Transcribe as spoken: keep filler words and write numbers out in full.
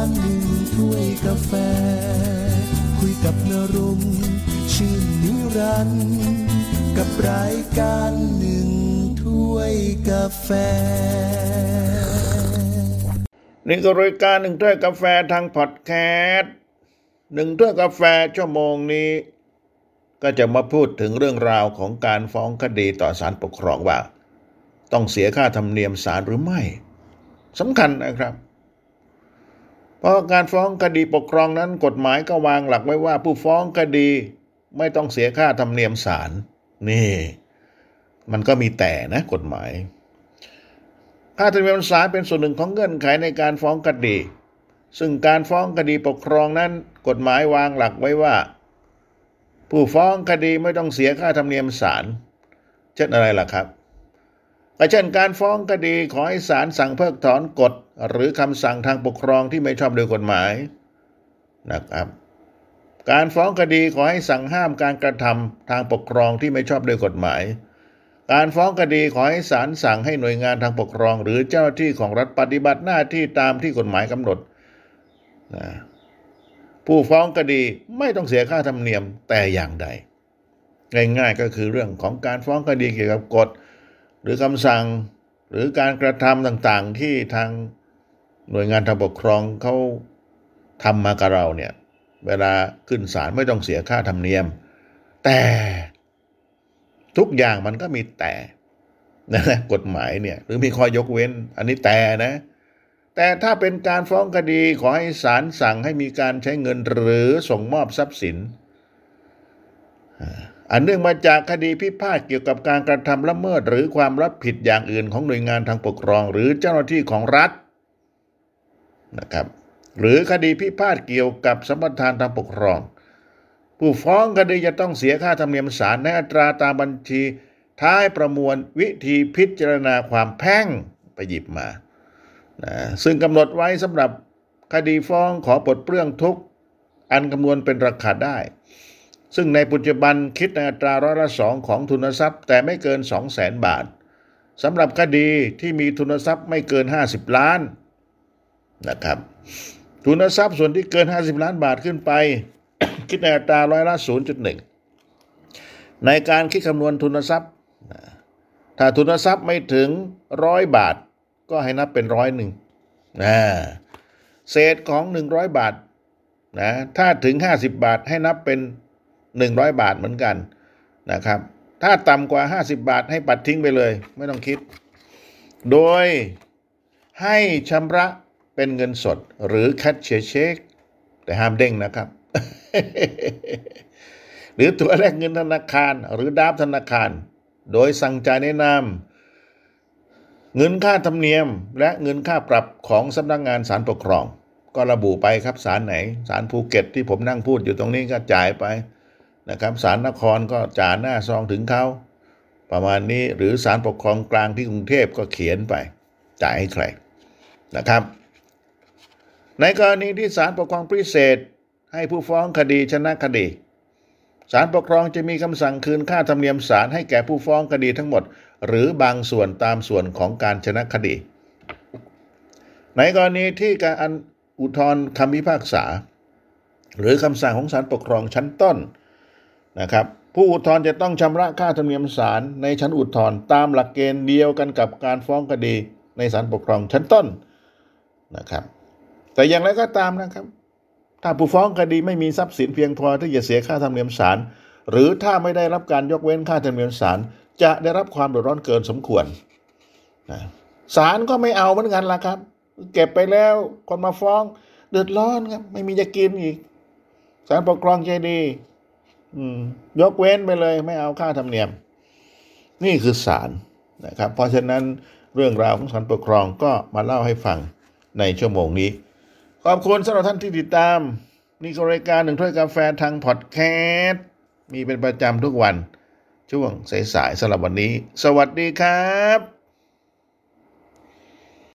การหนึ่งถ้วยกาแฟคุยกับนรงค์ชื่นนิรันดร์กับรายการหนึ่งถ้วยกาแฟนี่ก็รายการหนึ่งถ้วยกาแฟทางพอดแคสต์หนึ่งถ้วยกาแฟชั่วโมงนี้ก็จะมาพูดถึงเรื่องราวของการฟ้องคดีต่อศาลปกครองว่าต้องเสียค่าธรรมเนียมศาลหรือไม่สำคัญนะครับเพราะการฟ้องคดีปกครองนั้นกฎหมายก็วางหลักไว้ว่าผู้ฟ้องคดีไม่ต้องเสียค่าธรรมเนียมศาลนี่มันก็มีแต่นะกฎหมายค่าธรรมเนียมศาลเป็นส่วนหนึ่งของเงื่อนไขในการฟ้องคดีซึ่งการฟ้องคดีปกครองนั้นกฎหมายวางหลักไว้ว่าผู้ฟ้องคดีไม่ต้องเสียค่าธรรมเนียมศาลเช่นอะไรล่ะครับก็เช่นการฟ้องคดีขอให้ศาลสั่งเพิกถอนกฎหรือคำสั่งทางปกครองที่ไม่ชอบด้วยกฎหมายนะครับการฟ้องคดีขอให้สั่งห้ามการกระทำทางปกครองที่ไม่ชอบด้วยกฎหมายการฟ้องคดีขอให้ศาลสั่งให้หน่วยงานทางปกครองหรือเจ้าหน้าที่ของรัฐปฏิบัติหน้าที่ตามที่กฎหมายกำหนดนะผู้ฟ้องคดีไม่ต้องเสียค่าธรรมเนียมแต่อย่างใดง่ายๆก็คือเรื่องของการฟ้องคดีเกี่ยวกับกฎหรือคำสั่งหรือการกระทำต่างๆที่ทางหน่วยงานทางปกครองเขาทำมากับเราเนี่ยเวลาขึ้นศาลไม่ต้องเสียค่าธรรมเนียมแต่ทุกอย่างมันก็มีแต่นะกฎหมายเนี่ยหรือมีข้อยกเว้นอันนี้แต่นะแต่ถ้าเป็นการฟ้องคดีขอให้ศาลสั่งให้มีการใช้เงินหรือส่งมอบทรัพย์สินอันเนื่องมาจากคดีพิพาทเกี่ยวกับการกระทำละเมิดหรือความรับผิดอย่างอื่นของหน่วยงานทางปกครองหรือเจ้าหน้าที่ของรัฐนะครับหรือคดีพิพาทเกี่ยวกับสัมปทานทางปกครองผู้ฟ้องคดีจะต้องเสียค่าธรรมเนียมศาลในอัตราตามบัญชีท้ายประมวลวิธีพิจารณาความแพ่งไปหยิบมานะซึ่งกำหนดไว้สำหรับคดีฟ้องขอปลดเปลื้องทุกข์อันคำนวณเป็นราคาได้ซึ่งในปัจจุบันคิดในอัตราร้อยละสองของทุนทรัพย์แต่ไม่เกิน สองแสน บาทสำหรับคดีที่มีทุนทรัพย์ไม่เกินห้าสิบล้านนะครับทุนทรัพย์ส่วนที่เกินห้าสิบล้านบาทขึ้นไป คิดในอัตราร้อยละ ศูนย์จุดหนึ่ง ในการคิดคำนวณทุนทรัพย์ถ้าทุนทรัพย์ไม่ถึงหนึ่งร้อยบาทก็ให้นับเป็นร้อยหนึ่งนะเศษของหนึ่งร้อยบาทนะถ้าถึงห้าสิบบาทให้นับเป็นหนึ่งร้อยบาทเหมือนกันนะครับถ้าต่ำกว่าห้าสิบบาทให้ปัดทิ้งไปเลยไม่ต้องคิดโดยให้ชำระเป็นเงินสดหรือแคชเชียร์เช็คแต่ห้ามเด้งนะครับ หรือตัวแลกเงินธนาคารหรือดาบธนาคารโดยสั่งจ่ายในนามเงินค่าธรรมเนียมและเงินค่าปรับของสำนักงานศาลปกครองก็ระบุไปครับศาลไหนศาลภูเก็ตที่ผมนั่งพูดอยู่ตรงนี้ก็จ่ายไปนะครับศาลนครก็จ่ายหน้าซองถึงเขาประมาณนี้หรือศาลปกครองกลางที่กรุงเทพก็เขียนไปจ่ายให้ใครนะครับในกรณีที่ศาลปกครองพิเศษให้ผู้ฟ้องคดีชนะคดีศาลปกครองจะมีคำสั่งคืนค่าธรรมเนียมศาลให้แก่ผู้ฟ้องคดีทั้งหมดหรือบางส่วนตามส่วนของการชนะคดีในกรณีที่การอุทธรณ์คำพิพากษาหรือคำสั่งของศาลปกครองชั้นต้นนะครับผู้อุทธรณ์จะต้องชำระค่าธรรมเนียมศาลในชั้นอุทธรณ์ตามหลักเกณฑ์เดียวกันกับการฟ้องคดีในศาลปกครองชั้นต้นนะครับแต่อย่างไรก็ตามนะครับถ้าผู้ฟ้องคดีไม่มีทรัพย์สินเพียงพอที่จะเสียค่าธรรมเนียมศาลหรือถ้าไม่ได้รับการยกเว้นค่าธรรมเนียมศาลจะได้รับความเดือดร้อนเกินสมควรศาลก็ไม่เอาเหมือนกันล่ะครับเก็บไปแล้วคนมาฟ้องเดือดร้อนครับไม่มีจะกินอีกศาลปกครองใจดียกเว้นไปเลยไม่เอาค่าธรรมเนียมนี่คือศาลนะครับเพราะฉะนั้นเรื่องราวของศาลปกครองก็มาเล่าให้ฟังในชั่วโมงนี้ขอบคุณสำหรับท่านที่ติดตามนี่ก็รายการหนึ่งถ้วยกาแฟทางพอดแคสต์มีเป็นประจำทุกวันช่วงสายๆสำหรับวันนี้สวัสดีครับ